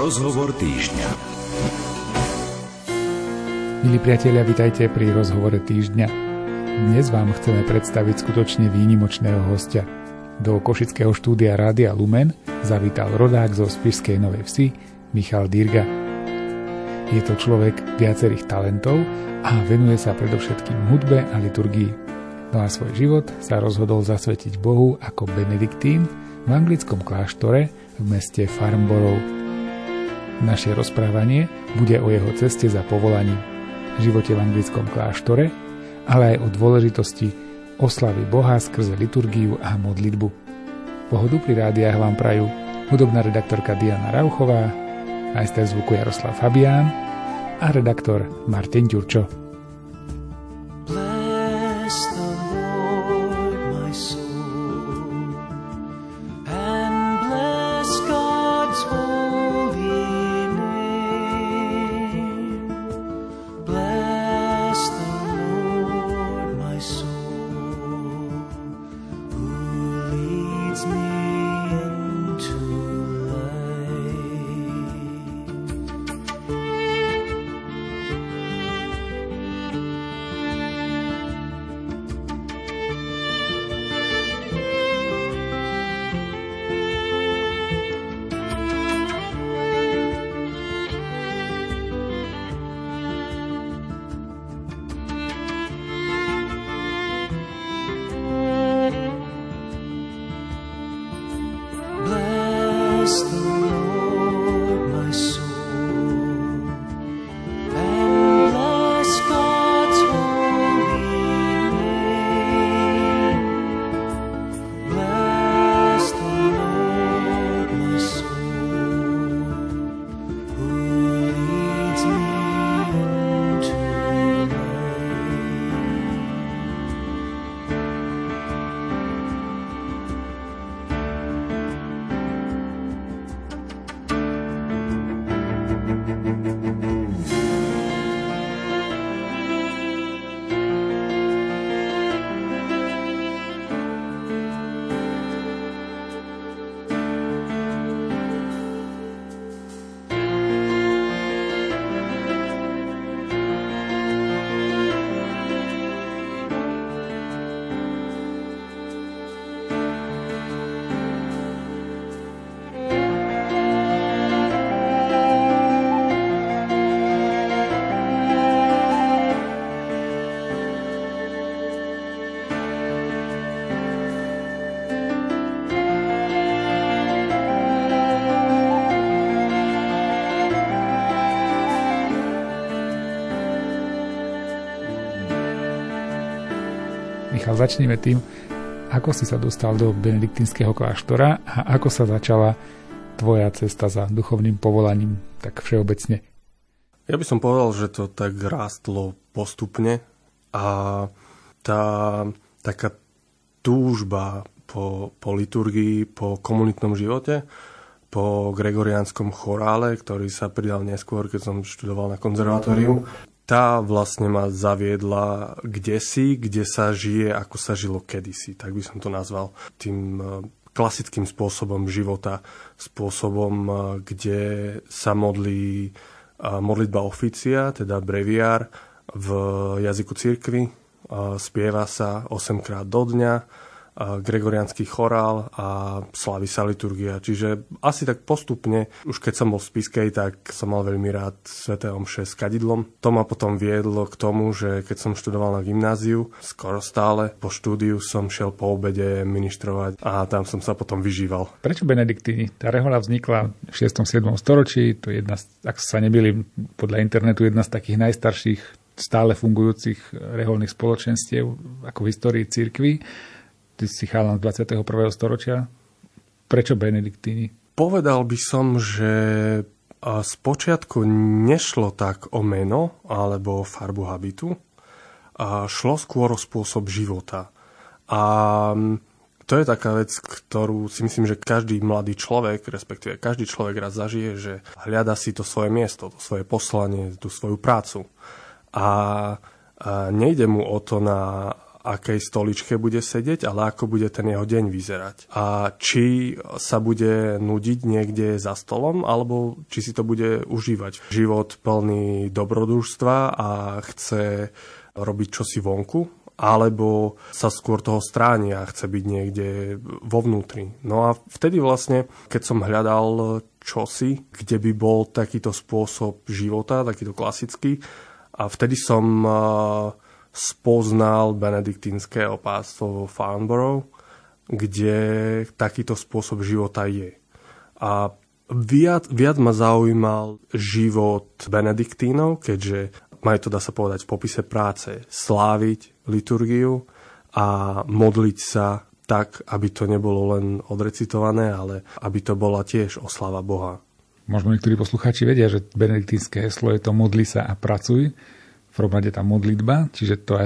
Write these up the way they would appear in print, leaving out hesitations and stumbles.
Rozhovor týždňa. Milí priatelia, vitajte pri Rozhovore týždňa. Dnes vám chceme predstaviť skutočne výnimočného hostia. Do košického štúdia Rádia Lumen zavítal rodák zo Spišskej Novej Vsi Michal Dirga. Je to človek viacerých talentov a venuje sa predovšetkým hudbe a liturgii. No a svoj život sa rozhodol zasvetiť Bohu ako benediktín v anglickom kláštore v meste Farnborough. Naše rozprávanie bude o jeho ceste za povolaním, živote v anglickom kláštore, ale aj o dôležitosti oslavy Boha skrze liturgiu a modlitbu. Pohodu pri rádiách vám prajú hudobná redaktorka Diana Rauchová, majster zvuku Jaroslav Fabián a redaktor Martin Ďurčo. Michal, začneme tým, ako si sa dostal do benediktínskeho kláštora a ako sa začala tvoja cesta za duchovným povolaním, tak všeobecne. Ja by som povedal, že to tak rástlo postupne a tá taká túžba po liturgii, po komunitnom živote, po gregoriánskom chorále, ktorý sa pridal neskôr, keď som študoval na konzervatóriu, tá vlastne ma zaviedla kdesi, kde sa žije, ako sa žilo kedysi. Tak by som to nazval. Tým klasickým spôsobom života. Spôsobom, kde sa modlí modlitba oficia, teda breviár, v jazyku cirkvi. Spieva sa 8-krát do dňa, gregoriánsky chorál a slaví sa liturgia. Čiže asi tak postupne, už keď som bol v Spišskej, tak som mal veľmi rád sväté omše s kadidlom. To ma potom viedlo k tomu, že keď som študoval na gymnáziu, skoro stále, po štúdiu som šiel po obede ministrovať a tam som sa potom vyžíval. Prečo benediktíni? Tá rehoľa vznikla v 6. 7. storočí, to je jedna, ak sa nebili podľa internetu, jedna z takých najstarších stále fungujúcich rehoľných spoločenstiev ako v histórii cirkvi. Ty si chalan z 21. storočia. Prečo benediktíni? Povedal by som, že spočiatku nešlo tak o meno alebo o farbu habitu. Šlo skôr o spôsob života. A to je taká vec, ktorú si myslím, že každý mladý človek, respektíve každý človek raz zažije, že hľada si to svoje miesto, to svoje poslanie, tú svoju prácu. A nejde mu o to na akej stoličke bude sedieť, ale ako bude ten jeho deň vyzerať. A či sa bude nudiť niekde za stolom, alebo či si to bude užívať. Život plný dobrodružstva a chce robiť čosi vonku, alebo sa skôr toho stráni a chce byť niekde vo vnútri. No a vtedy vlastne, keď som hľadal čosi, kde by bol takýto spôsob života, takýto klasický, a vtedy som spoznal benediktínske opátstvo vo Farnborough, kde takýto spôsob života je. A viac ma zaujímal život benediktínov, keďže majú to, dá sa povedať, v popise práce sláviť liturgiu a modliť sa tak, aby to nebolo len odrecitované, ale aby to bola tiež oslava Boha. Možno niektorí poslucháči vedia, že benediktínske heslo je to modli sa a pracuj. V prvom rade tá modlitba, čiže to je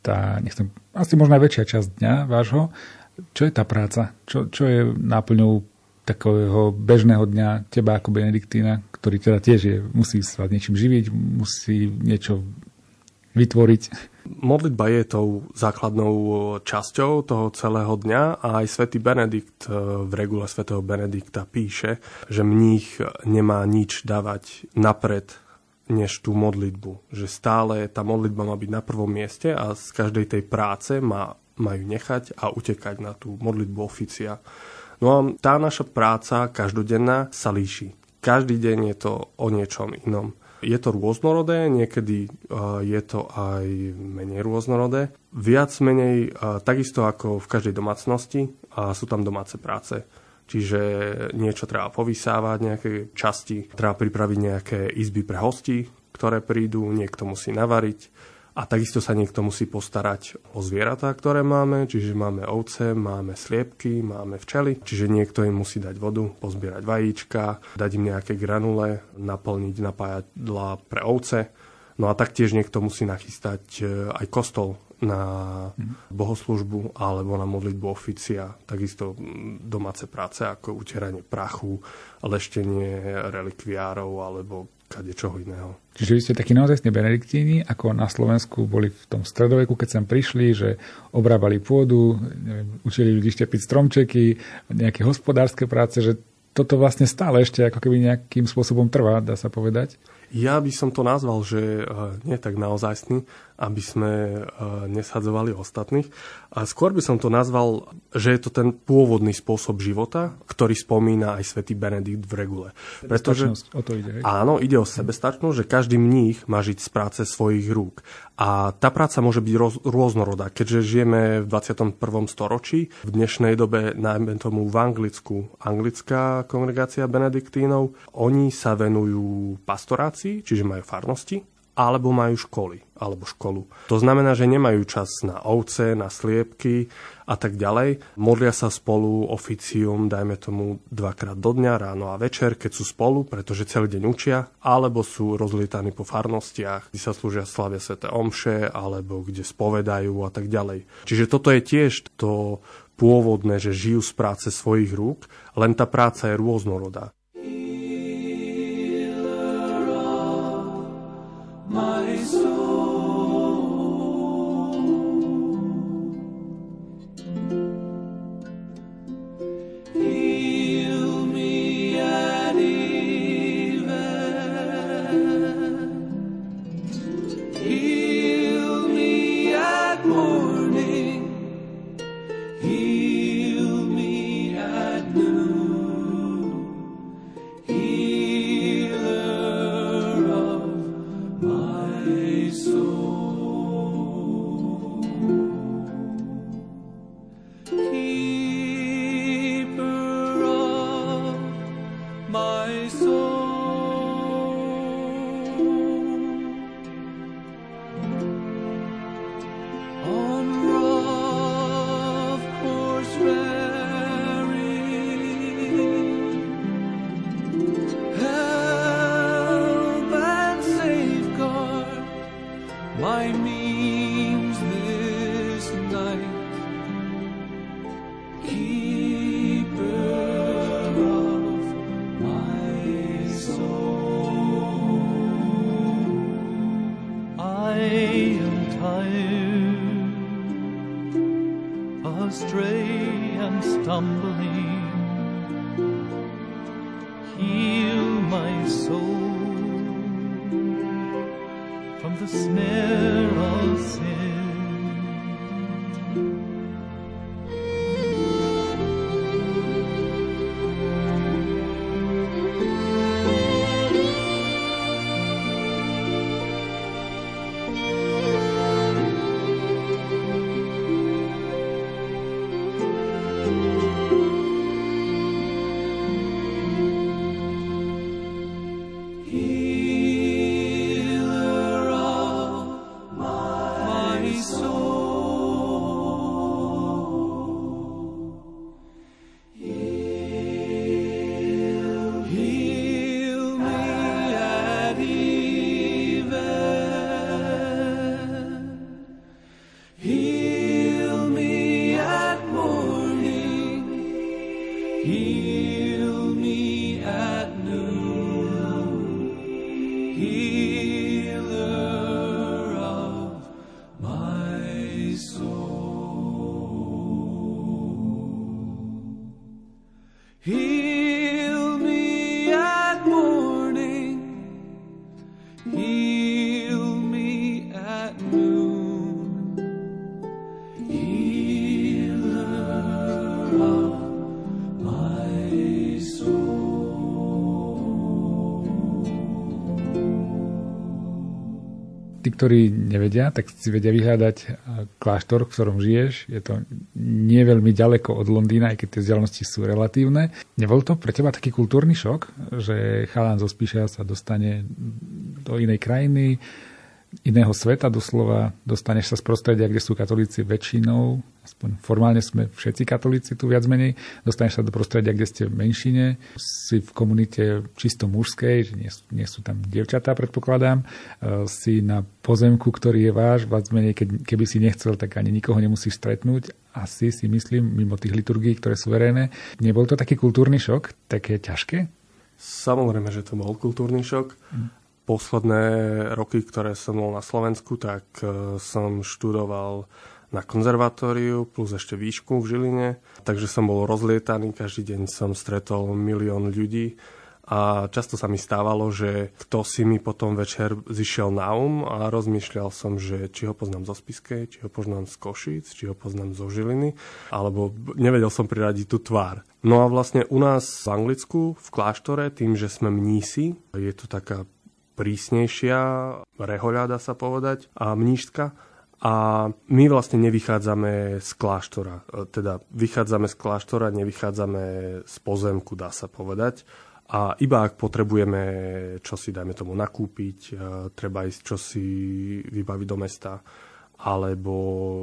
asi možno aj väčšia časť dňa vášho. Čo je tá práca? Čo je náplňou takového bežného dňa teba ako benediktína, ktorý teda tiež musí sa niečím živiť, musí niečo vytvoriť? Modlitba je tou základnou časťou toho celého dňa a aj svätý Benedikt v regule svätého Benedikta píše, že mních nemá nič dávať napred než tú modlitbu. Že stále tá modlitba má byť na prvom mieste a z každej tej práce majú nechať a utekať na tú modlitbu oficia. No a tá naša práca každodenná sa líši. Každý deň je to o niečom inom. Je to rôznorodé, niekedy je to aj menej rôznorodé. Viac menej takisto ako v každej domácnosti sú tam domáce práce. Čiže niečo treba povysávať, nejaké časti, treba pripraviť nejaké izby pre hostí, ktoré prídu, niekto musí navariť a takisto sa niekto musí postarať o zvieratá, ktoré máme, čiže máme ovce, máme sliepky, máme včely, čiže niekto im musí dať vodu, pozbierať vajíčka, dať im nejaké granule, naplniť napájadlá pre ovce. No a taktiež niekto musí nachystať aj kostol na bohoslužbu alebo na modlitbu oficia. Takisto domáce práce ako utieranie prachu, leštenie relikviárov alebo kadečoho iného. Čiže vy ste takí naozaj benediktíni, ako na Slovensku boli v tom stredoveku, keď sem prišli, že obrábali pôdu, učili ľudí štepiť stromčeky, nejaké hospodárske práce, že toto vlastne stále ešte ako keby nejakým spôsobom trvá, dá sa povedať? Ja by som to nazval, že nie tak naozajstný, aby sme nesadzovali ostatných. A skôr by som to nazval, že je to ten pôvodný spôsob života, ktorý spomína aj svätý Benedikt v regule. Pretože o to ide. Áno, ide o sebestačnosť, že každý mních má žiť z práce svojich rúk. A tá práca môže byť rôznorodá. Keďže žijeme v 21. storočí, v dnešnej dobe, najmä tomu v Anglicku, anglická kongregácia benediktínov, oni sa venujú pastorácii, čiže majú farnosti, alebo majú školy, alebo školu. To znamená, že nemajú čas na ovce, na sliepky a tak ďalej. Modlia sa spolu oficium, dajme tomu 2-krát do dňa, ráno a večer, keď sú spolu, pretože celý deň učia, alebo sú rozlietaní po farnostiach, kde sa slúžia slavia sväté omše, alebo kde spovedajú a tak ďalej. Čiže toto je tiež to pôvodné, že žijú z práce svojich rúk, len tá práca je rôznorodá. My soul, heal me at even, heal me at morning, heal me at noon, my means this night, keeper of my the snare of sin. Tí, ktorí nevedia, tak si vedia vyhľadať kláštor, v ktorom žiješ. Je to nie veľmi ďaleko od Londýna, aj keď tie vzdialenosti sú relatívne. Nebol to pre teba taký kultúrny šok, že chalán zo Spiša sa dostane do inej krajiny, iného sveta doslova, dostaneš sa z prostredia, kde sú katolíci väčšinou, aspoň formálne sme všetci katolíci tu viac menej, dostaneš sa do prostredia, kde ste v menšine, si v komunite čisto mužskej, že nie sú tam dievčatá, predpokladám, si na pozemku, ktorý je váš, viac menej, keby si nechcel, tak ani nikoho nemusíš stretnúť, asi si myslím, mimo tých liturgií, ktoré sú verejné. Nebol to taký kultúrny šok, také ťažké? Samozrejme, že to bol kultúrny šok. Posledné roky, ktoré som bol na Slovensku, tak som študoval na konzervatóriu plus ešte výšku v Žiline. Takže som bol rozlietaný, každý deň som stretol 1 000 000 ľudí a často sa mi stávalo, že kto si mi potom večer zišiel na a rozmýšľal som, že či ho poznám zo Spiskej, či ho poznám z Košíc, či ho poznám zo Žiliny, alebo nevedel som priradiť tú tvár. No a vlastne u nás v Anglicku, v kláštore, tým, že sme mnísi, je to taká prísnejšia rehoľa, dá sa povedať, a mníštka. A my vlastne nevychádzame z kláštora. Teda vychádzame z kláštora, nevychádzame z pozemku, dá sa povedať. A iba ak potrebujeme čosi, dajme tomu, nakúpiť, treba ísť čosi vybaviť do mesta, alebo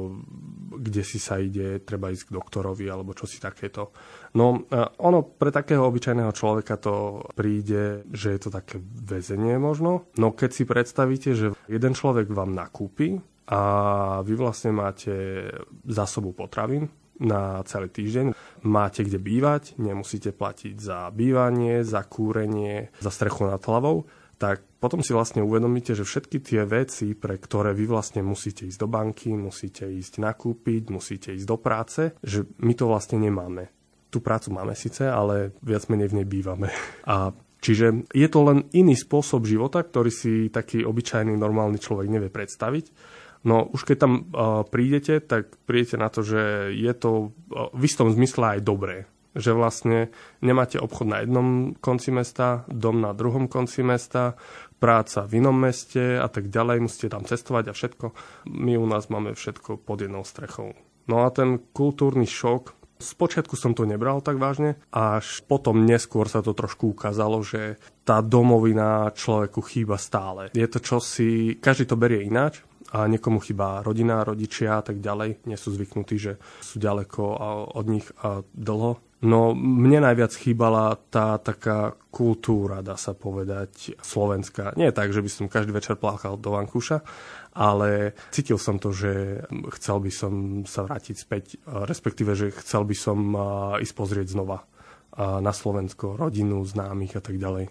kde si sa ide, treba ísť k doktorovi, alebo čosi takéto. No, ono pre takého obyčajného človeka to príde, že je to také väzenie možno. No keď si predstavíte, že jeden človek vám nakúpi a vy vlastne máte zásobu potravín na celý týždeň, máte kde bývať, nemusíte platiť za bývanie, za kúrenie, za strechu nad hlavou, tak potom si vlastne uvedomíte, že všetky tie veci, pre ktoré vy vlastne musíte ísť do banky, musíte ísť nakúpiť, musíte ísť do práce, že my to vlastne nemáme. Tú prácu máme síce, ale viac menej v nej bývame. A čiže je to len iný spôsob života, ktorý si taký obyčajný, normálny človek nevie predstaviť. No už keď tam prídete, tak prídete na to, že je to v istom zmysle aj dobré. Že vlastne nemáte obchod na jednom konci mesta, dom na druhom konci mesta, práca v inom meste a tak ďalej, musíte tam cestovať a všetko. My u nás máme všetko pod jednou strechou. No a ten kultúrny šok, spočiatku som to nebral tak vážne, až potom neskôr sa to trošku ukázalo, že tá domovina človeku chýba stále. Je to čosi, každý to berie ináč. A niekomu chýba rodina, rodičia a tak ďalej. Nie sú zvyknutí, že sú ďaleko od nich a dlho. No mne najviac chýbala tá taká kultúra, dá sa povedať, slovenská. Nie tak, že by som každý večer pláchal do vankúša, ale cítil som to, že chcel by som sa vrátiť späť, respektíve, že chcel by som ísť pozrieť znova na Slovensko, rodinu, známych a tak ďalej.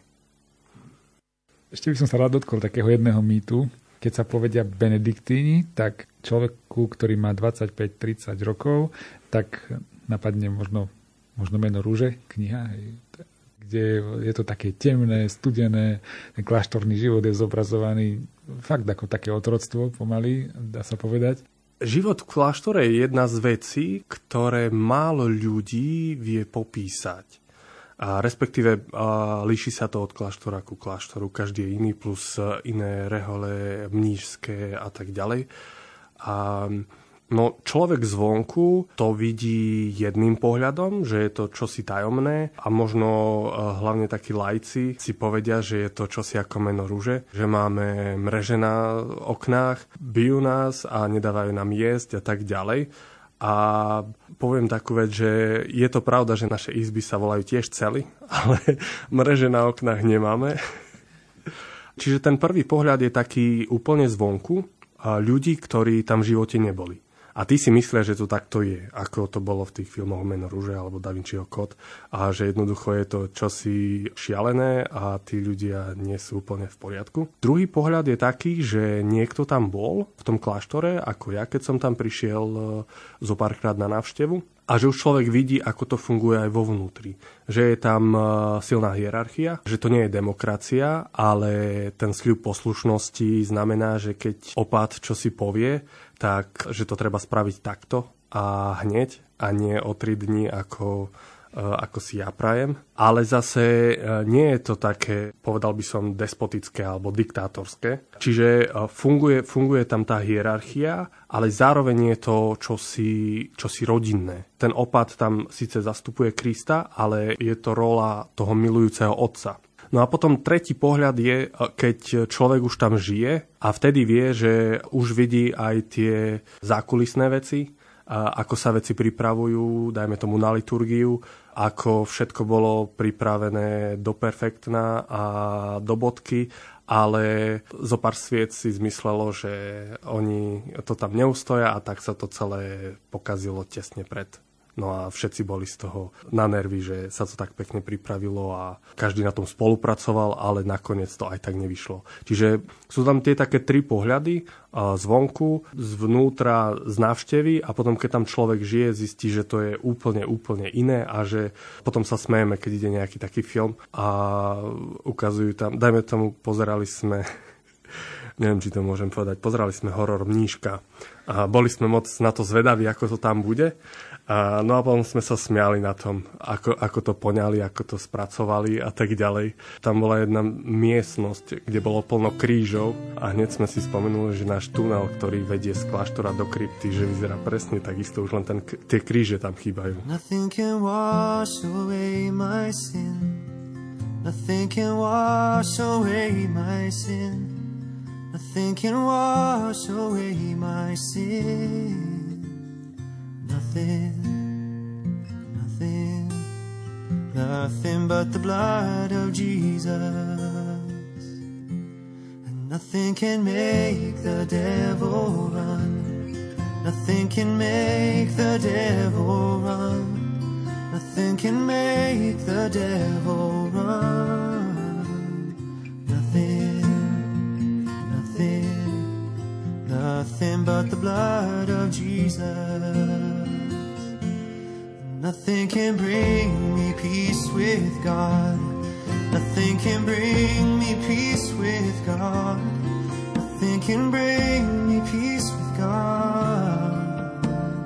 Ešte by som sa rád dotkol takého jedného mýtu. Keď sa povedia benediktíni, tak človeku, ktorý má 25-30 rokov, tak napadne možno meno Rúže, kniha, kde je to také temné, studené, ten kláštorný život je zobrazovaný fakt ako také otroctvo pomaly, dá sa povedať. Život v kláštore je jedna z vecí, ktoré málo ľudí vie popísať. A respektíve líši sa to od kláštora ku kláštoru. Každý je iný, plus iné rehole, mníšské a tak ďalej. A človek zvonku to vidí jedným pohľadom, že je to čosi tajomné a možno hlavne takí laici si povedia, že je to čosi ako meno rúže, že máme mreže na oknách, bijú nás a nedávajú nám jesť a tak ďalej. A poviem takú vec, že je to pravda, že naše izby sa volajú tiež cely, ale mreže na oknách nemáme. Čiže ten prvý pohľad je taký úplne zvonku ľudí, ktorí tam v živote neboli. A ty si myslia, že to takto je, ako to bolo v tých filmoch Meno rúže alebo Da Vinciho kód, a že jednoducho je to čosi šialené a tí ľudia nie sú úplne v poriadku. Druhý pohľad je taký, že niekto tam bol v tom kláštore, ako ja, keď som tam prišiel zo párkrát na návštevu, a že už človek vidí, ako to funguje aj vo vnútri. Že je tam silná hierarchia, že to nie je demokracia, ale ten sľub poslušnosti znamená, že keď opát čo si povie, tak že to treba spraviť takto a hneď, a nie o 3 dní, ako si ja prajem. Ale zase nie je to také, povedal by som, despotické alebo diktátorské. Čiže funguje tam tá hierarchia, ale zároveň je to čosi rodinné. Ten opát tam síce zastupuje Krista, ale je to rola toho milujúceho otca. No a potom tretí pohľad je, keď človek už tam žije a vtedy vie, že už vidí aj tie zákulisné veci, ako sa veci pripravujú, dajme tomu na liturgiu, ako všetko bolo pripravené do perfektna a do bodky, ale zo pár sviet si zmyslelo, že oni to tam neustoja a tak sa to celé pokazilo tesne pred. No a všetci boli z toho na nervy, že sa to tak pekne pripravilo a každý na tom spolupracoval, ale nakoniec to aj tak nevyšlo. Čiže sú tam tie také 3 pohľady, zvonku, zvnútra, z návštevy, a potom keď tam človek žije, zistí, že to je úplne iné a že potom sa smejeme, keď ide nejaký taký film a ukazujú tam, dajme tomu, pozerali sme, neviem, či to môžem povedať, pozerali sme horor Mníška a boli sme moc na to zvedaví, ako to tam bude. No a potom sme sa smiali na tom, ako to poňali, ako to spracovali a tak ďalej. Tam bola jedna miestnosť, kde bolo plno krížov a hneď sme si spomenuli, že náš tunel, ktorý vedie z kláštora do krypty, že vyzerá presne takisto, už len tie kríže tam chýbajú. Nothing can wash away my sin. Nothing can wash away my sin. Nothing can wash away my sin. Nothing but the blood of Jesus. And nothing can make the devil run. Nothing can make the devil run. Nothing can make the devil run. Nothing but the blood of Jesus. Nothing can bring me peace with God. Nothing can bring me peace with God. Nothing can bring me peace with God.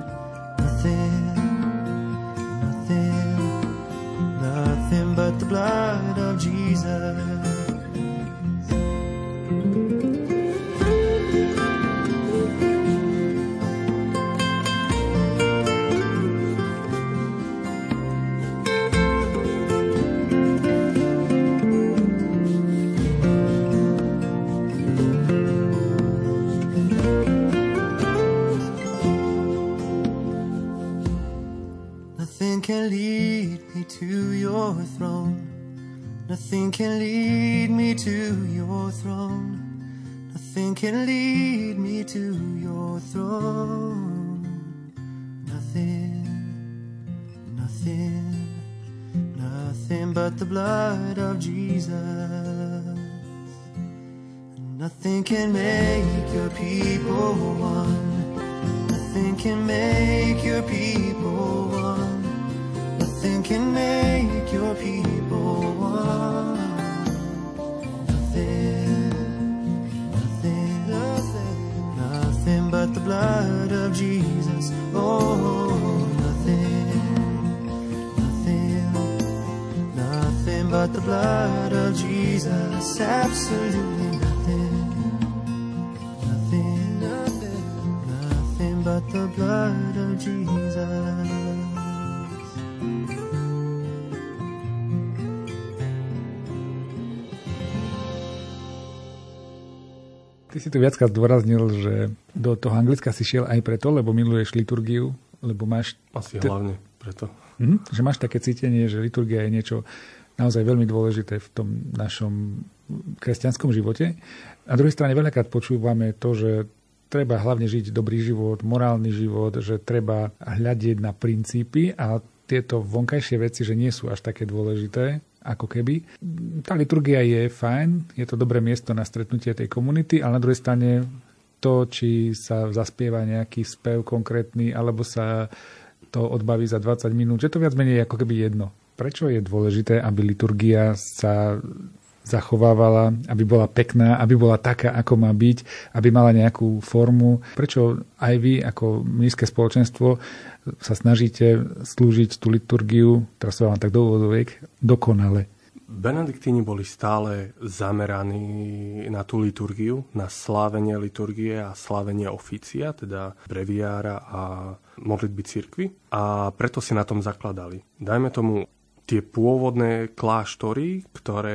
Nothing but the blood of Jesus. Can lead me to your throne. Nothing can lead me to your throne. Nothing can lead me to your throne. Nothing but the blood of Jesus. Nothing can make your people one. Nothing can make your people one. Nothing can make your people one. Nothing but the blood of Jesus. Oh, nothing but the blood of Jesus. Absolutely nothing but the blood of Jesus. Ty si tu viackrát zdôraznil, že do toho Anglicka si šiel aj preto, lebo miluješ liturgiu, lebo máš... Asi hlavne preto. Že máš také cítenie, že liturgia je niečo naozaj veľmi dôležité v tom našom kresťanskom živote. Na druhej strane veľakrát počúvame to, že treba hlavne žiť dobrý život, morálny život, že treba hľadieť na princípy a tieto vonkajšie veci, že nie sú až také dôležité, ako keby. Tá liturgia je fajn, je to dobré miesto na stretnutie tej komunity, ale na druhej strane to, či sa zaspieva nejaký spev konkrétny, alebo sa to odbaví za 20 minút, že to viac menej je ako keby jedno. Prečo je dôležité, aby liturgia sa zachovávala, aby bola pekná, aby bola taká, ako má byť, aby mala nejakú formu? Prečo aj vy, ako mníšske spoločenstvo, sa snažíte slúžiť tú liturgiu, teraz sa vám tak do úvodoviek, dokonale? Benediktíni boli stále zameraní na tú liturgiu, na slávenie liturgie a slávenie ofícia, teda breviára a modlitby cirkvi. A preto si na tom zakladali. Dajme tomu tie pôvodné kláštory, ktoré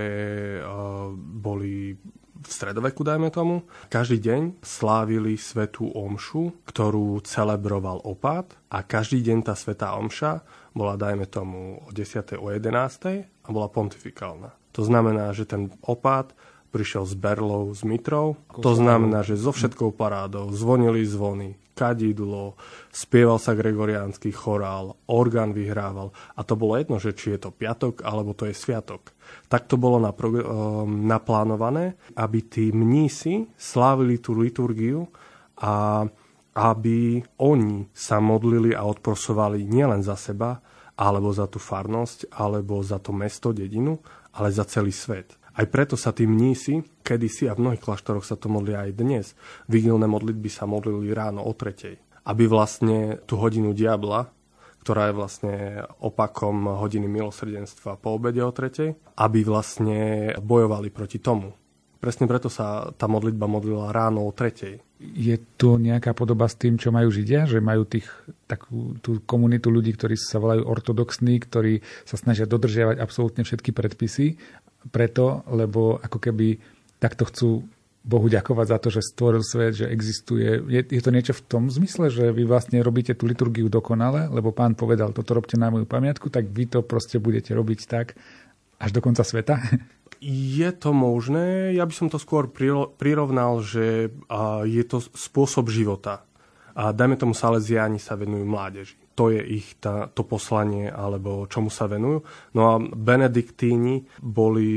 boli v stredoveku, dajme tomu, každý deň slávili svätú omšu, ktorú celebroval opát a každý deň tá svätá omša bola, dajme tomu, o 10. o 11. a bola pontifikálna. To znamená, že ten opát prišiel s berlou, s mitrou. To znamená, že so všetkou parádou zvonili zvony, kadidlo, spieval sa gregoriánsky chorál, orgán vyhrával. A to bolo jedno, že či je to piatok, alebo to je sviatok. Tak to bolo naplánované, aby tí mnísi slávili tú liturgiu a aby oni sa modlili a odprosovali nielen za seba, alebo za tú farnosť, alebo za to mesto, dedinu, ale za celý svet. Aj preto sa tí mnísi, kedysi a v mnohých kláštoroch sa to modlia aj dnes, vigilné modlitby sa modlili ráno o 3:00. Aby vlastne tú hodinu diabla, ktorá je vlastne opakom hodiny milosrdenstva po obede o 3:00, aby vlastne bojovali proti tomu. Presne preto sa tá modlitba modlila ráno o 3:00. Je tu nejaká podoba s tým, čo majú Židia? Že majú takú tú komunitu ľudí, ktorí sa volajú ortodoxní, ktorí sa snažia dodržiavať absolútne všetky predpisy, preto, lebo ako keby takto chcú Bohu ďakovať za to, že stvoril svet, že existuje. Je to niečo v tom zmysle, že vy vlastne robíte tú liturgiu dokonale, lebo Pán povedal, toto robte na moju pamiatku, tak vy to proste budete robiť tak až do konca sveta? Je to možné. Ja by som to skôr prirovnal, že je to spôsob života. A dajme tomu, Salesiáni sa venujú mládeži. To je ich to poslanie, alebo čomu sa venujú. No a Benediktíni boli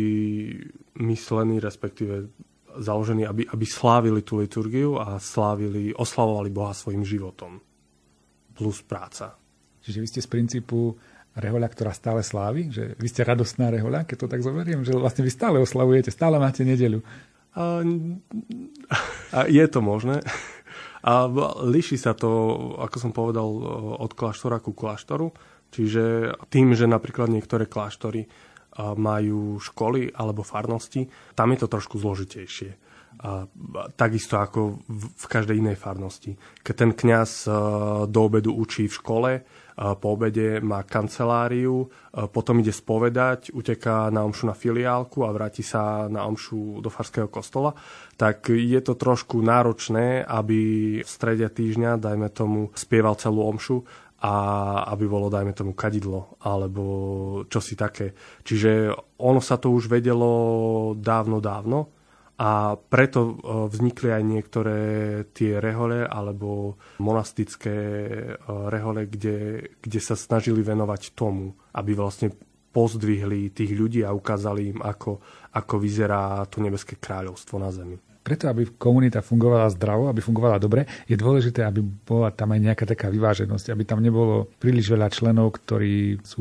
myslení, respektíve založení, aby slávili tú liturgiu a oslavovali Boha svojim životom. Plus práca. Čiže vy ste z princípu rehoľa, ktorá stále slávi? Že vy ste radostná rehoľa, keď to tak zoberiem? Že vlastne vy stále oslavujete, stále máte nedeľu. Je to možné. A líši sa to, ako som povedal, od kláštora ku kláštoru. Čiže tým, že napríklad niektoré kláštory majú školy alebo farnosti, tam je to trošku zložitejšie. Takisto ako v každej inej farnosti. Keď ten kňaz do obedu učí v škole, po obede má kanceláriu, potom ide spovedať, uteká na omšu na filiálku a vráti sa na omšu do farského kostola, tak je to trošku náročné, aby v strede týždňa, dajme tomu, spieval celú omšu a aby bolo, dajme tomu, kadidlo alebo čosi také. Čiže ono sa to už vedelo dávno. A preto vznikli aj niektoré tie rehole alebo monastické rehole, kde sa snažili venovať tomu, aby vlastne pozdvihli tých ľudí a ukázali im, ako vyzerá to nebeské kráľovstvo na zemi. Preto, aby komunita fungovala zdravo, aby fungovala dobre, je dôležité, aby bola tam aj nejaká taká vyváženosť, aby tam nebolo príliš veľa členov, ktorí sú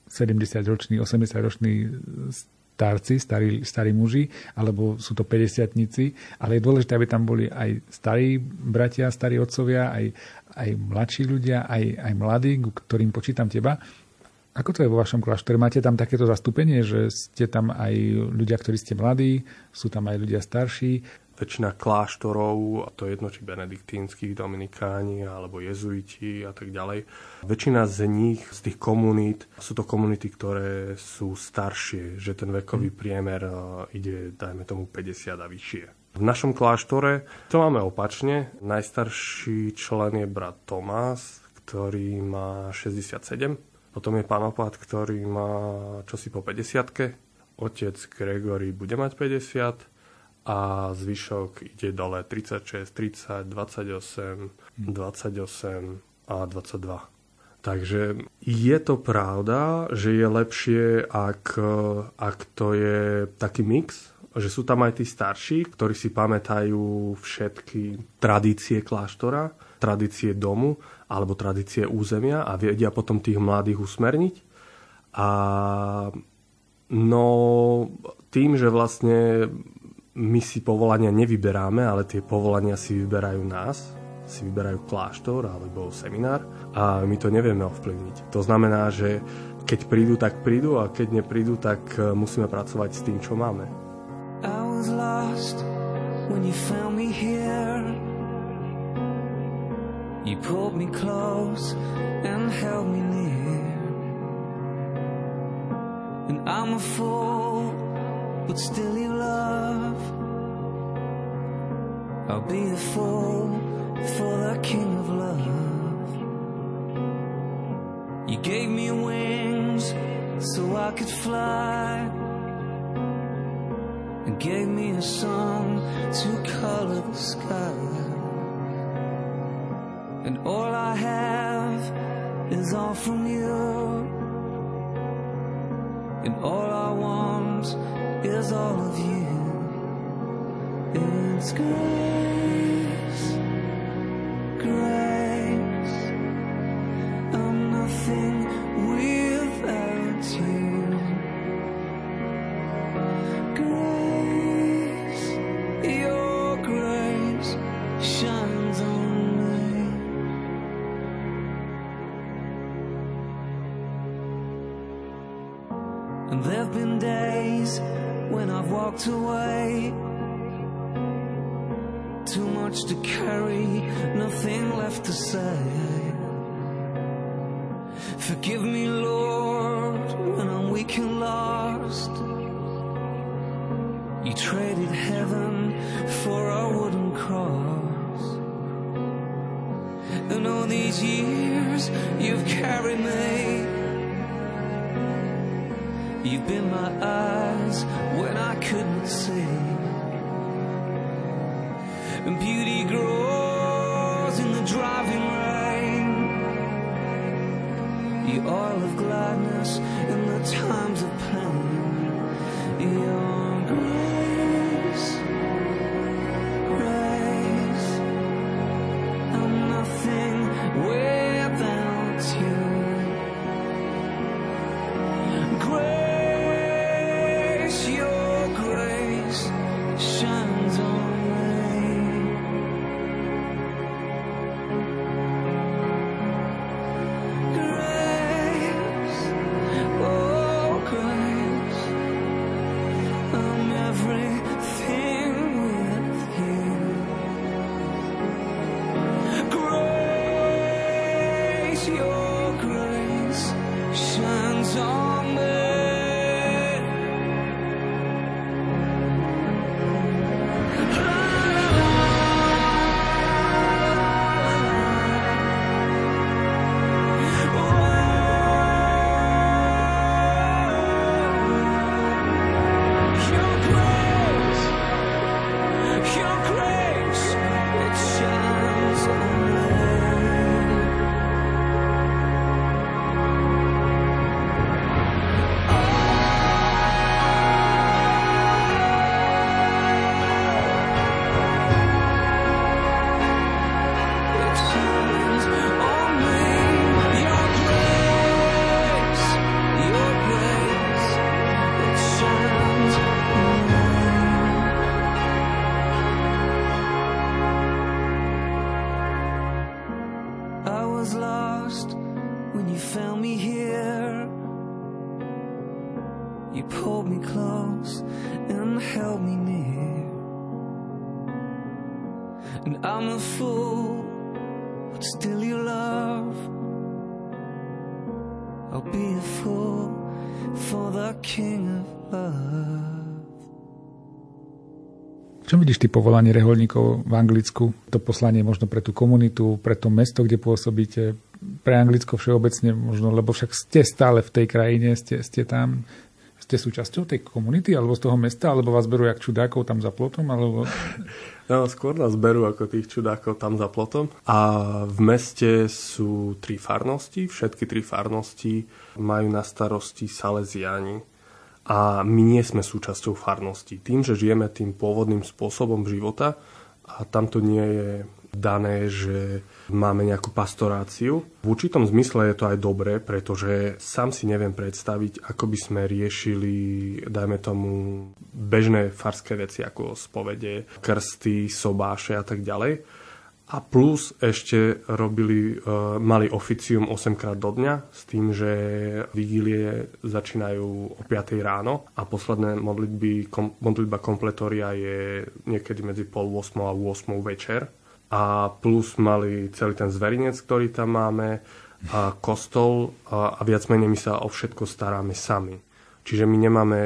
70-roční, 80-roční starci, starí muži, alebo sú to 50-tnici, ale je dôležité, aby tam boli aj starí bratia, starí otcovia, aj mladší ľudia, aj mladí, ku ktorým počítam teba. Ako to je vo vašom kláštore? Máte tam takéto zastúpenie, že ste tam aj ľudia, ktorí ste mladí, sú tam aj ľudia starší? Väčšina kláštorov, a to je jedno, či benediktínsky, dominikáni, alebo jezuiti a tak ďalej, väčšina z nich, z tých komunít, sú to komunity, ktoré sú staršie, že ten vekový priemer ide, dajme tomu, 50 a vyššie. V našom kláštore to máme opačne. Najstarší člen je brat Tomás, ktorý má 67. Potom je pán opat, ktorý má čosi po 50. Otec Gregory bude mať 50. A zvyšok ide dole 36, 30, 28, 28 a 22. Takže je to pravda, že je lepšie, ak to je taký mix, že sú tam aj tí starší, ktorí si pamätajú všetky tradície kláštora, tradície domu alebo tradície územia a vedia potom tých mladých usmerniť. A no tým, že vlastne my si povolania nevyberáme, ale tie povolania si vyberajú nás, si vyberajú kláštor alebo seminár a my to nevieme ovplyvniť. To znamená, že keď prídu, tak prídu a keď neprídu, tak musíme pracovať s tým, čo máme. I was lost when you found me here. You pulled me close and held me near. And I'm a fool, but still you love. I'll be a fool for the King of Love. You gave me wings so I could fly, and gave me a song to color the sky. And all I have is all from you, and all I want is all of you. It's grace, grace. I'm nothing without you. Grace, your grace shines on me. And there've been days when I've walked away, too much to carry, nothing left to say. Forgive me, Lord, when I'm weak and lost. You traded heaven for a wooden cross. And all these years you've carried me. You've been my eyes when I couldn't see. And beauty grows in the driving rain. The oil of gladness in the times of pain. Your grace, grace. I'm nothing without you. Grace, your grace shines on me. Grace, oh grace, close and held me near. And I'm a fool, but still you love. I'll be a fool for the King of Love. Čo vidíš ty povolanie reholníkov v Anglicku? To poslanie možno pre tú komunitu, pre to mesto, kde pôsobíte, pre Anglicko všeobecne možno, lebo však ste stále v tej krajine, ste tam, ste súčasťou tej komunity, alebo z toho mesta, alebo vás berú jak čudákov tam za plotom, alebo... No, skôr nás berú ako tých čudákov tam za plotom. A v meste sú 3 farnosti, všetky 3 farnosti majú na starosti Salesiáni. A my nie sme súčasťou farnosti. Tým, že žijeme tým pôvodným spôsobom života a tam to nie je dané, že máme nejakú pastoráciu. V určitom zmysle je to aj dobré, pretože sám si neviem predstaviť, ako by sme riešili, dajme tomu, bežné farské veci ako spovede, krsty, sobáše a tak ďalej. A plus ešte mali oficium 8-krát do dňa s tým, že vigílie začínajú o 5 ráno a posledné modlitba kompletória je niekedy medzi 7:30 a 8 večer. A plus mali celý ten zverinec, ktorý tam máme, a kostol a viac menej my sa o všetko staráme sami. Čiže my nemáme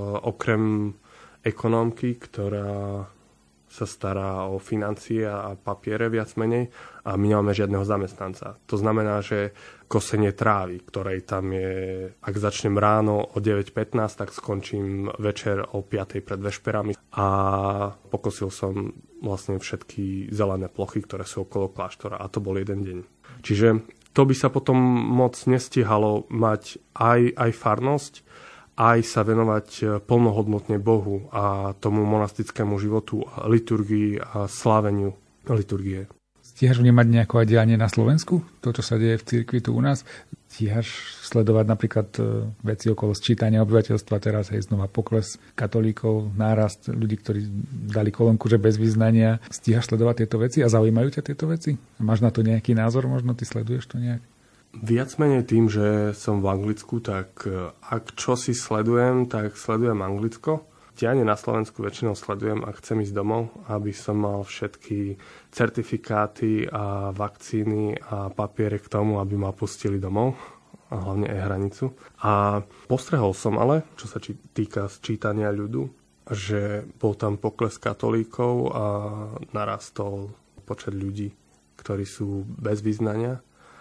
okrem ekonómky, ktorá sa stará o financie a papiere viac menej a my nemáme žiadneho zamestnanca. To znamená, že kosenie trávy, ktorej tam je, ak začnem ráno o 9:15, tak skončím večer o 5:00 pred vešperami a pokosil som vlastne všetky zelené plochy, ktoré sú okolo kláštora a to bol jeden deň. Čiže to by sa potom moc nestihalo mať aj farnosť, aj sa venovať plnohodnotne Bohu a tomu monastickému životu, liturgii a sláveniu liturgie. Stíhaš vnímať nejaké dianie na Slovensku? To, čo sa deje v cirkvi tu u nás? Stíhaš sledovať napríklad veci okolo sčítania obyvateľstva teraz, znova pokles katolíkov, nárast ľudí, ktorí dali kolónku, že bez vyznania. Stíhaš sledovať tieto veci a zaujímajú ťa tieto veci? Máš na to nejaký názor? Možno ty sleduješ to nejak? Viac menej tým, že som v Anglicku, tak ak čo si sledujem, tak sledujem Anglicko. Dianie na Slovensku väčšinou sledujem, ak chcem ísť domov, aby som mal všetky certifikáty a vakcíny a papiere k tomu, aby ma pustili domov, a hlavne e-hranicu. A postrehol som ale, čo sa týka sčítania ľudu, že bol tam pokles katolíkov a narastol počet ľudí, ktorí sú bez vyznania.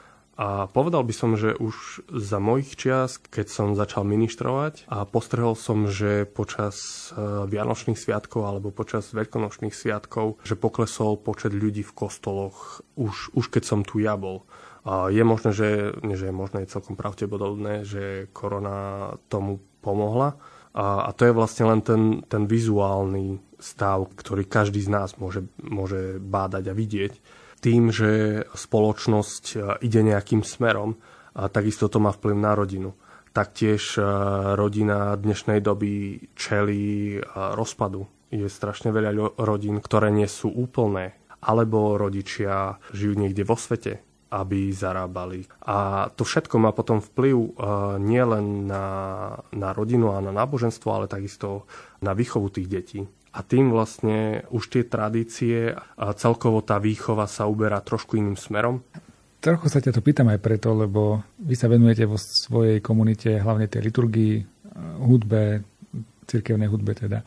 A povedal by som, že už za mojich čias, keď som začal ministrovať a postrehol som, že počas vianočných sviatkov alebo počas veľkonočných sviatkov, že poklesol počet ľudí v kostoloch už keď som tu ja bol. A je možné, je celkom pravdepodobné, že korona tomu pomohla. A to je vlastne len ten vizuálny stav, ktorý každý z nás môže bádať a vidieť. Tým, že spoločnosť ide nejakým smerom, a takisto to má vplyv na rodinu. Taktiež rodina dnešnej doby čelí rozpadu. Je strašne veľa rodín, ktoré nie sú úplné, alebo rodičia žijú niekde vo svete, aby zarábali. A to všetko má potom vplyv nielen na rodinu a na náboženstvo, ale takisto na výchovu tých detí. A tým vlastne už tie tradície a celkovo tá výchova sa uberá trošku iným smerom. Trochu sa ťa to pýtam aj preto, lebo vy sa venujete vo svojej komunite hlavne tej liturgii, hudbe, cirkevnej hudbe teda,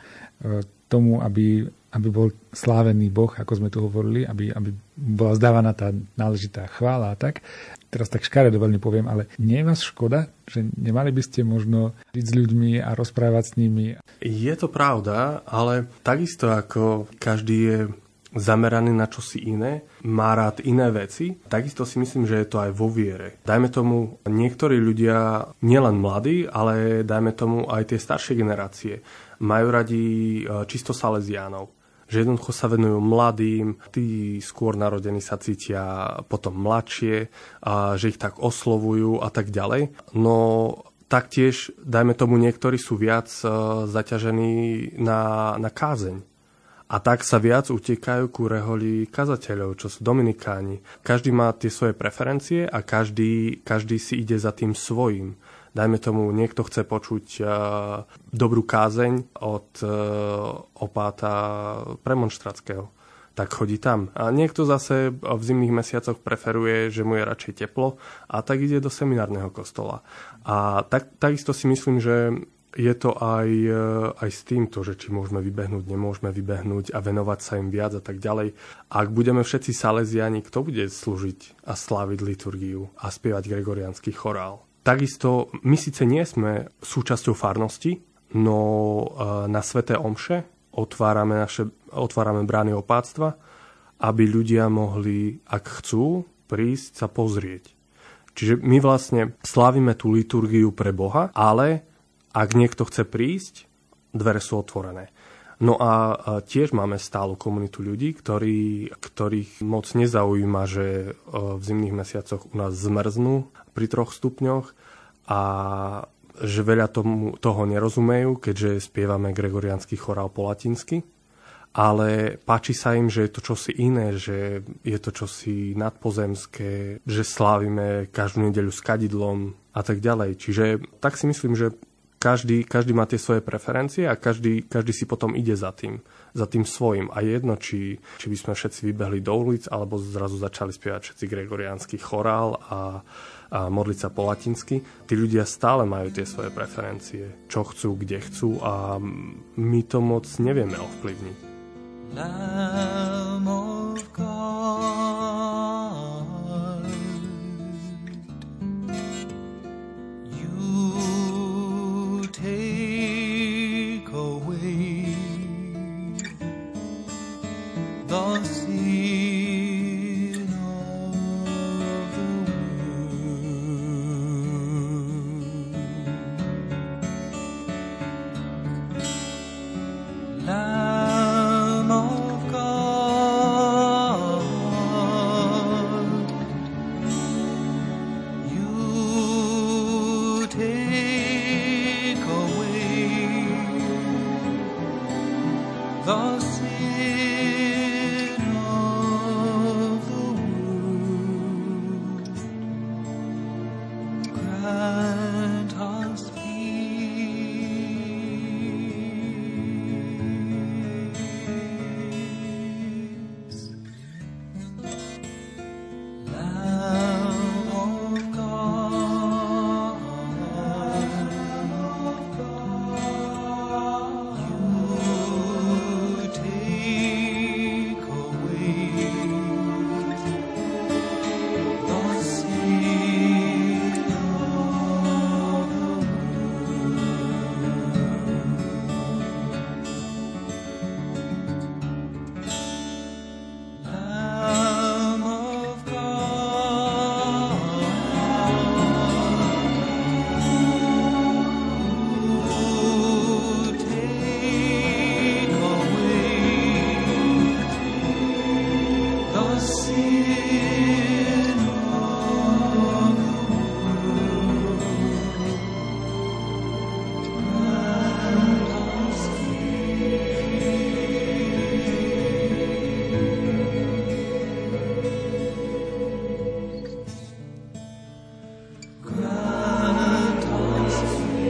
tomu, aby bol slávený Boh, ako sme tu hovorili, aby bola zdávaná tá náležitá chvála a tak. Teraz tak škaredo veľmi poviem, ale nie je vás škoda, že nemali by ste možno žiť s ľuďmi a rozprávať s nimi? Je to pravda, ale takisto ako každý je zameraný na čosi iné, má rád iné veci, takisto si myslím, že je to aj vo viere. Dajme tomu, niektorí ľudia, nielen mladí, ale dajme tomu aj tie staršie generácie, majú radi čisto Salesiánov. Že jednoducho sa venujú mladým, tí skôr narodení sa cítia potom mladšie, a že ich tak oslovujú a tak ďalej. No taktiež, dajme tomu, niektorí sú viac zaťažení na kázeň. A tak sa viac utekajú ku reholi kazateľov, čo sú dominikáni. Každý má tie svoje preferencie a každý si ide za tým svojím. Dajme tomu, niekto chce počuť dobrú kázeň od opáta premonštratského, tak chodí tam. A niekto zase v zimných mesiacoch preferuje, že mu je radšej teplo a tak ide do seminárneho kostola. A takisto si myslím, že je to aj s týmto, že či môžeme vybehnúť, nemôžeme vybehnúť a venovať sa im viac a tak ďalej. Ak budeme všetci salesiani, kto bude slúžiť a sláviť liturgiu a spievať gregoriánsky chorál? Takisto my síce nie sme súčasťou farnosti, no na sväté omše otvárame brány opáctva, aby ľudia mohli, ak chcú, prísť sa pozrieť. Čiže my vlastne slávime tú liturgiu pre Boha, ale ak niekto chce prísť, dvere sú otvorené. No a tiež máme stálu komunitu ľudí, ktorých moc nezaujíma, že v zimných mesiacoch u nás zmrznú pri 3 stupňoch a že veľa toho nerozumejú, keďže spievame gregoriánsky chorál po latinsky, ale páči sa im, že je to čosi iné, že je to čosi nadpozemské, že slávime každú nedeľu s kadidlom a tak ďalej. Čiže tak si myslím, že každý má tie svoje preferencie a každý si potom ide za tým svojím. A jedno, či by sme všetci vybehli do ulic, alebo zrazu začali spievať všetci gregoriánsky chorál a modliť sa po latinsky. Tí ľudia stále majú tie svoje preferencie, čo chcú, kde chcú a my to moc nevieme ovplyvniť. Lamb of God, you take away the sin of the world. Lamb of God, you take away the sin of the world. Grant us peace. Lamb of God, you take away the sin of the world. Lamb of God, you take away the sin of the world. Grant us grant us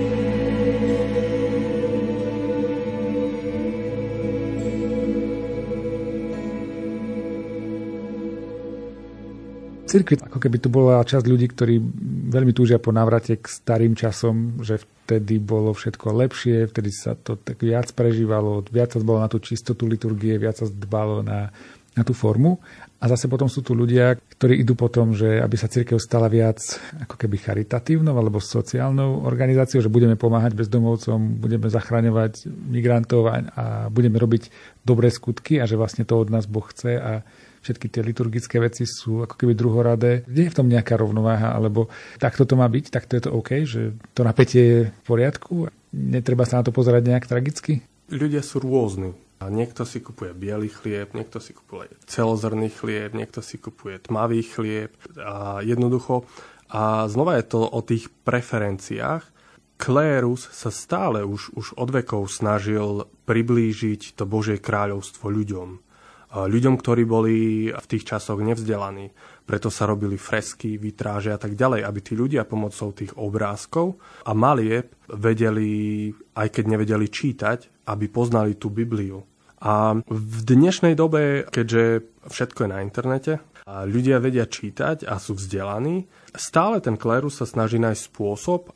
V cirkvi ako keby tu bola časť ľudí, ktorí veľmi túžia po návrate k starým časom, že vtedy bolo všetko lepšie, vtedy sa to tak viac prežívalo, viac sa dbalo na tú čistotu liturgie, viac sa dbalo na tú formu. A zase potom sú tu ľudia, ktorí idú po tom, že aby sa cirkev stala viac ako keby charitatívnou alebo sociálnou organizáciou, že budeme pomáhať bezdomovcom, budeme zachraňovať migrantov a budeme robiť dobré skutky a že vlastne to od nás Boh chce a všetky tie liturgické veci sú ako keby druhoradé. Kde je v tom nejaká rovnováha, alebo takto to má byť, takto je to OK, že to napätie je v poriadku? Netreba sa na to pozerať nejak tragicky? Ľudia sú rôzni. A niekto si kupuje biely chlieb, niekto si kupuje celozrný chlieb, niekto si kupuje tmavý chlieb. A jednoducho, a znova je to o tých preferenciách. Klérus sa stále už od vekov snažil priblížiť to Božie kráľovstvo ľuďom. ľuďom, ktorí boli v tých časoch nevzdelaní. Preto sa robili fresky, vitráže a tak ďalej, aby tí ľudia pomocou tých obrázkov a malieb vedeli, aj keď nevedeli čítať, aby poznali tú Bibliu. A v dnešnej dobe, keďže všetko je na internete, a ľudia vedia čítať a sú vzdelaní, stále ten klérus sa snaží nájsť spôsob,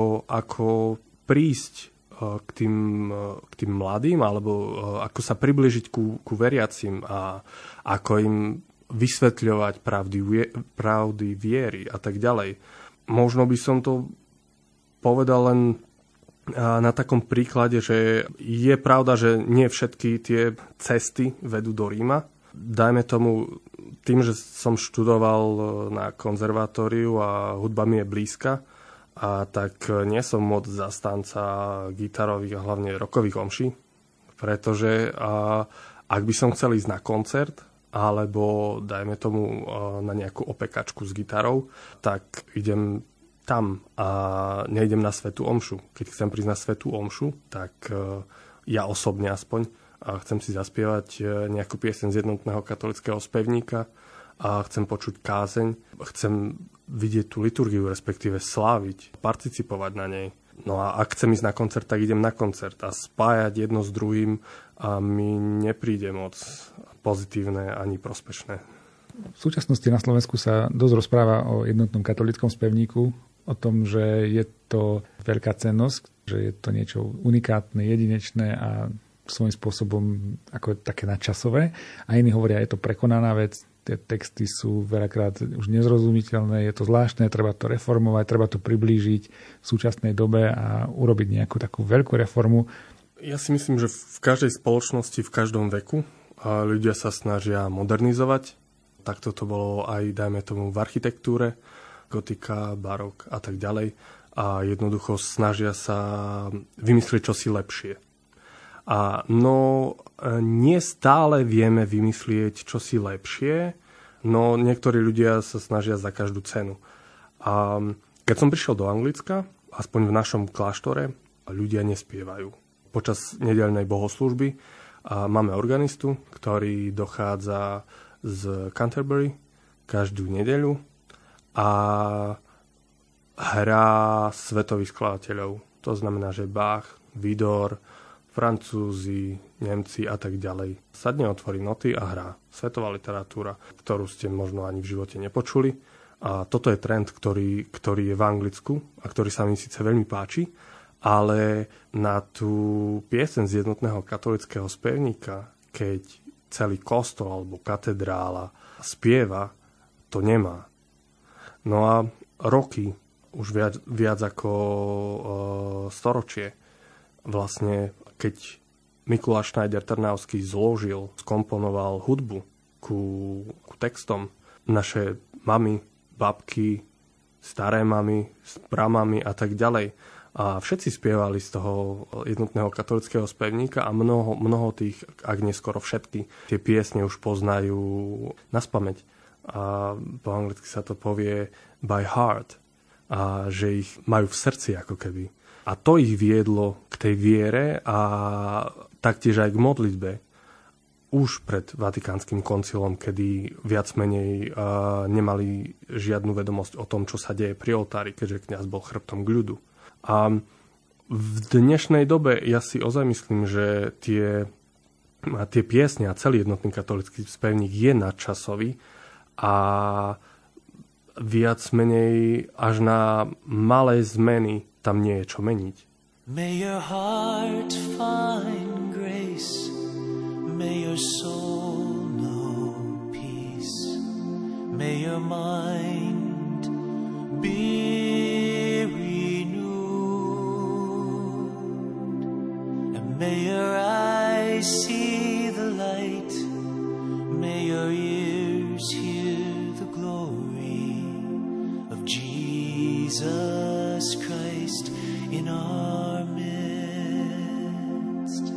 ako prísť k tým mladým, alebo ako sa približiť ku veriacim a ako im vysvetľovať pravdy viery a tak ďalej. Možno by som to povedal len na takom príklade, že je pravda, že nie všetky tie cesty vedú do Ríma. Dajme tomu, tým, že som študoval na konzervatóriu a hudba mi je blízka, a tak nie som moc zastanca gitarových a hlavne rockových omší, pretože ak by som chcel ísť na koncert alebo dajme tomu na nejakú opekačku s gitarou, tak idem tam a nejdem na svätú omšu. Keď chcem prísť na svätú omšu, tak ja osobne aspoň chcem si zaspievať nejakú pieseň z jednotného katolického spevníka a chcem počuť kázeň, chcem vidieť tú liturgiu, respektíve sláviť, participovať na nej. No a ak chcem ísť na koncert, tak idem na koncert a spájať jedno s druhým a mi nepríde moc pozitívne ani prospešné. V súčasnosti na Slovensku sa dosť rozpráva o jednotnom katolickom spevníku, o tom, že je to veľká cennosť, že je to niečo unikátne, jedinečné a svojím spôsobom ako také nadčasové. A iní hovoria, je to prekonaná vec, tie texty sú veľakrát už nezrozumiteľné, je to zvláštne, treba to reformovať, treba to priblížiť v súčasnej dobe a urobiť nejakú takú veľkú reformu. Ja si myslím, že v každej spoločnosti, v každom veku ľudia sa snažia modernizovať. Takto to bolo aj, dajme tomu, v architektúre, gotika, barok a tak ďalej. A jednoducho snažia sa vymyslieť čosi lepšie. No nie stále vieme vymyslieť čosi lepšie, no niektorí ľudia sa snažia za každú cenu. A keď som prišiel do Anglicka, aspoň v našom kláštore, ľudia nespievajú. Počas nedeľnej bohoslúžby máme organistu, ktorý dochádza z Canterbury každú nedeľu a hrá svetových skladateľov. To znamená, že Bach, Widor, Francúzi, Nemci a tak ďalej. Sadne, otvorí noty a hrá. Svetová literatúra, ktorú ste možno ani v živote nepočuli. A toto je trend, ktorý je v Anglicku a ktorý sa mi síce veľmi páči, ale na tú pieseň z jednotného katolického spevníka, keď celý kostol alebo katedrála spieva, to nemá. No a roky, už viac ako storočie, vlastne keď Mikuláš Schneider-Trnavský zložil, skomponoval hudbu ku textom, naše mamy, babky, staré mamy, pramamy a tak ďalej. A všetci spievali z toho jednotného katolického spevníka a mnoho tých, ak nie skoro všetky, tie piesne už poznajú naspamäť. A po anglicky sa to povie by heart. A že ich majú v srdci ako keby. A to ich viedlo k tej viere a taktiež aj k modlitbe. Už pred Vatikánskym koncilom, kedy viac menej nemali žiadnu vedomosť o tom, čo sa deje pri oltári, keďže kňaz bol chrbtom k ľudu. A v dnešnej dobe ja si ozaj myslím, že tie piesne a celý jednotný katolický spevník je nadčasový a viac menej až na malé zmeny tam nie je čo meniť. May your heart find grace, may your soul know peace, may your mind be renewed, and may your eyes see the light, may your ears hear the glory of Jesus Christ in our midst.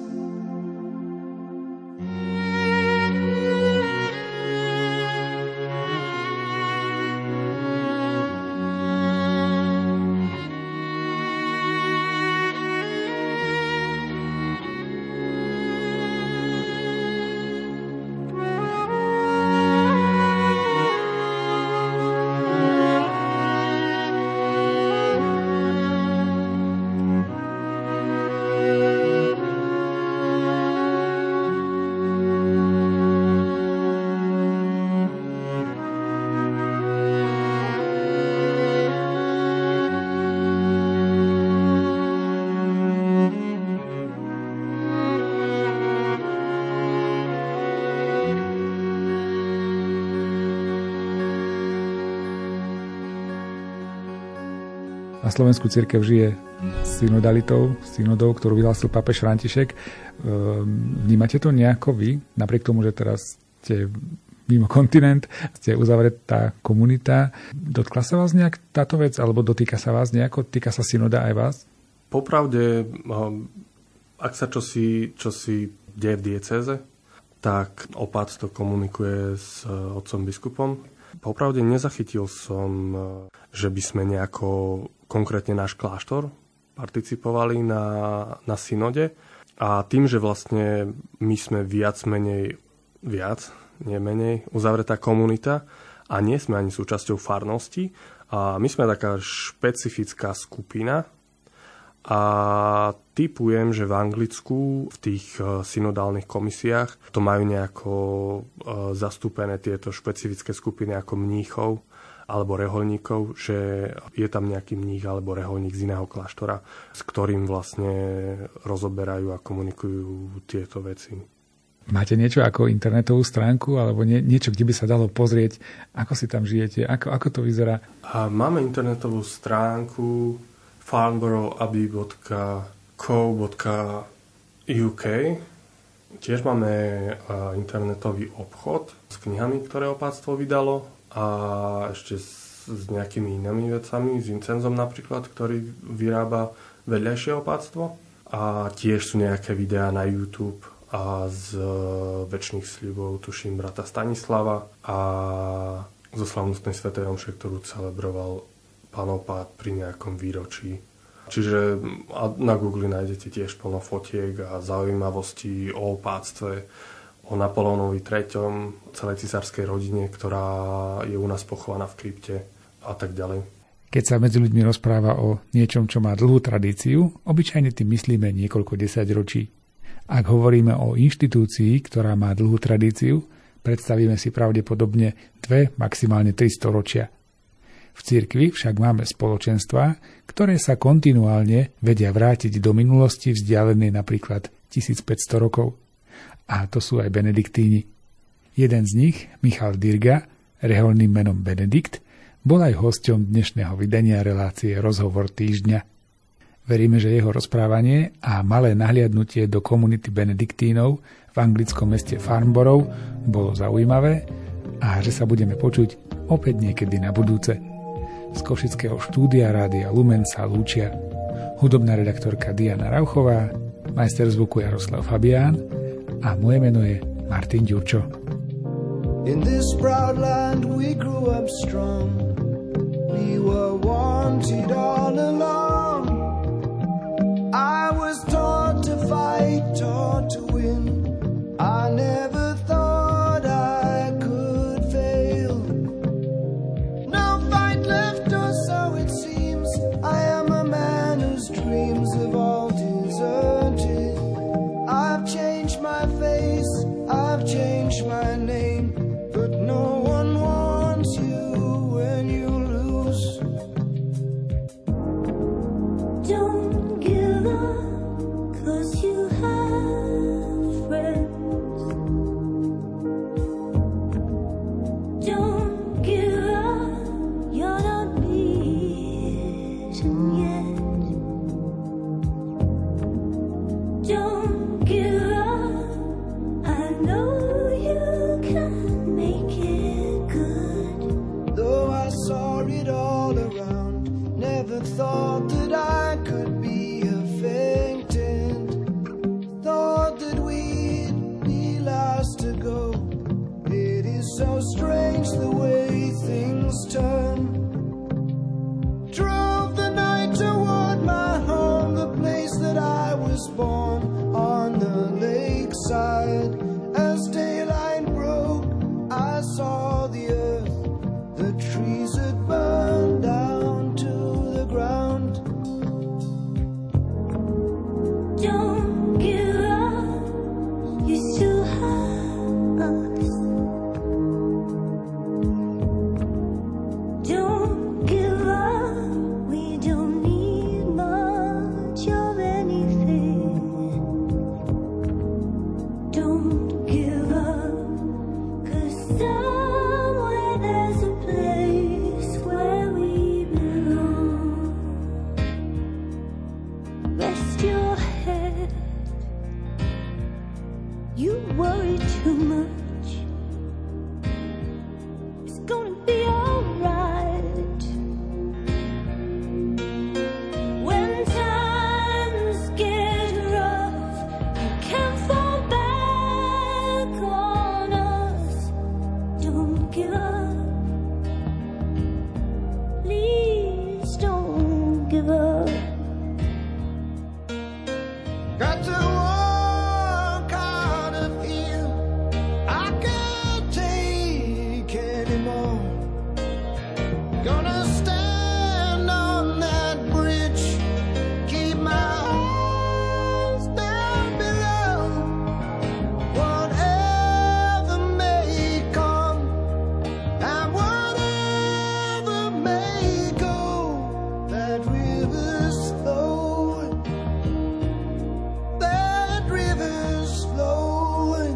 Na Slovensku cirkev žije synodou, ktorú vyhlásil pápež František. Vnímate to nejako vy? Napriek tomu, že teraz ste mimo kontinent, ste uzavretá komunita. Dotkla sa vás nejak táto vec, alebo dotýka sa vás nejako? Týka sa synoda aj vás? Popravde, ak sa čosi deje v diecéze, tak opáctvo komunikuje s otcom biskupom. Popravde nezachytil som, že by sme nejako konkrétne náš kláštor participovali na synode. A tým, že vlastne my sme viac, nie menej, uzavretá komunita a nie sme ani súčasťou farnosti. A my sme taká špecifická skupina. A tipujem, že v Anglicku v tých synodálnych komisiách to majú nejako zastúpené tieto špecifické skupiny ako mníchov alebo rehoľníkov, že je tam nejaký mních alebo rehoľník z iného kláštora, s ktorým vlastne rozoberajú a komunikujú tieto veci. Máte niečo ako internetovú stránku alebo niečo, kde by sa dalo pozrieť, ako si tam žijete, ako to vyzerá? A máme internetovú stránku farnborough.co.uk. Tiež máme internetový obchod s knihami, ktoré opáctvo vydalo a ešte s nejakými inými vecami, s Incenzom napríklad, ktorý vyrába vedľajšie opáctvo. A tiež sú nejaké videá na YouTube a z Večných sľubov, tuším, brata Stanislava a zo slavnostnej svätej omše, ktorú celebroval pán opát pri nejakom výročí. Čiže na Google nájdete tiež plno fotiek a zaujímavostí o opáctve, o Napoleónovi III, celej cisárskej rodine, ktorá je u nás pochovaná v krypte a tak ďalej. Keď sa medzi ľuďmi rozpráva o niečom, čo má dlhú tradíciu, obyčajne tým myslíme niekoľko desaťročí. Ak hovoríme o inštitúcii, ktorá má dlhú tradíciu, predstavíme si pravdepodobne 2, maximálne 3 storočia. V cirkvi však máme spoločenstvá, ktoré sa kontinuálne vedia vrátiť do minulosti vzdialenej napríklad 1500 rokov. A to sú aj benediktíni. Jeden z nich, Michal Dirga, rehoľným menom Benedikt, bol aj hosťom dnešného vydania relácie Rozhovor týždňa. Veríme, že jeho rozprávanie a malé nahliadnutie do komunity benediktínov v anglickom meste Farnborough bolo zaujímavé a že sa budeme počuť opäť niekedy na budúce. Z košického štúdia Rádia Lumen sa lúčia hudobná redaktorka Diana Rauchová, majster zvuku Jaroslav Fabián a moje meno je Martin Ďurčo. In this proud land we grew up strong. We were wanted all along. I was taught to fight, taught to win. I never thought I could fail. No fight left, or so it seems. I am a man whose dreams have all deserted. I've changed my face, I've changed my name, but no one wants you when you lose. Don't give up, 'cause you have friends. Don't give up, you're not beaten yet. Don't give up, I know you can make it good. Though I saw it all around, never thought that I could be a faintant. Thought that we'd be last to go. It is so strange the way things turn. Drove the night toward my home, the place that I was born, on the lakeside. As daylight broke, I saw the earth. The trees had burned down to the ground. Don't give up, you still have us. You worry too much. It's gonna be alright. When times get rough, you can't fall back on us. Don't give up. Please don't give up. Got to walk out of here. I can't take anymore. Gonna stand on that bridge. Keep my eyes down below. Whatever may come and whatever may go, that river's flowing. That river's flowing.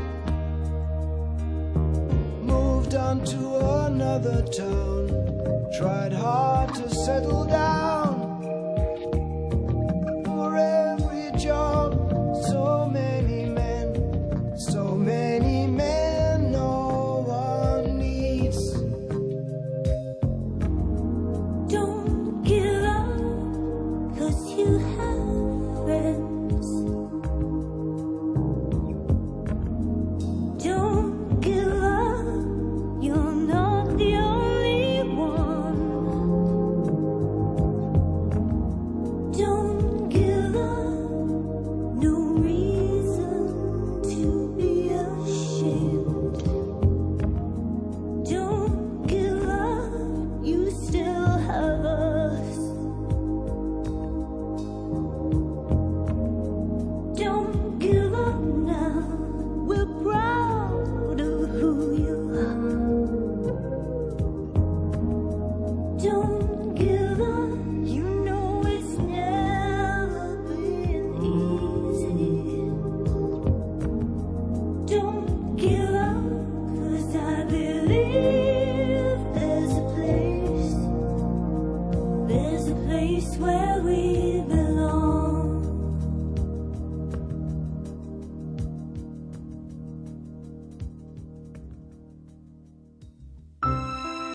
Moved on to another town. Tried hard to settle down. For every job, so many men no one needs. Don't give up, 'cause you have friends. Don't give up, you're not the only one. Don't give up, no reason to be ashamed. Don't give up, you still have us. Don't give up now, we're proud of who you are. Don't give up, you know it's never been easy. Don't give up, 'cause I believe there's a place where we belong.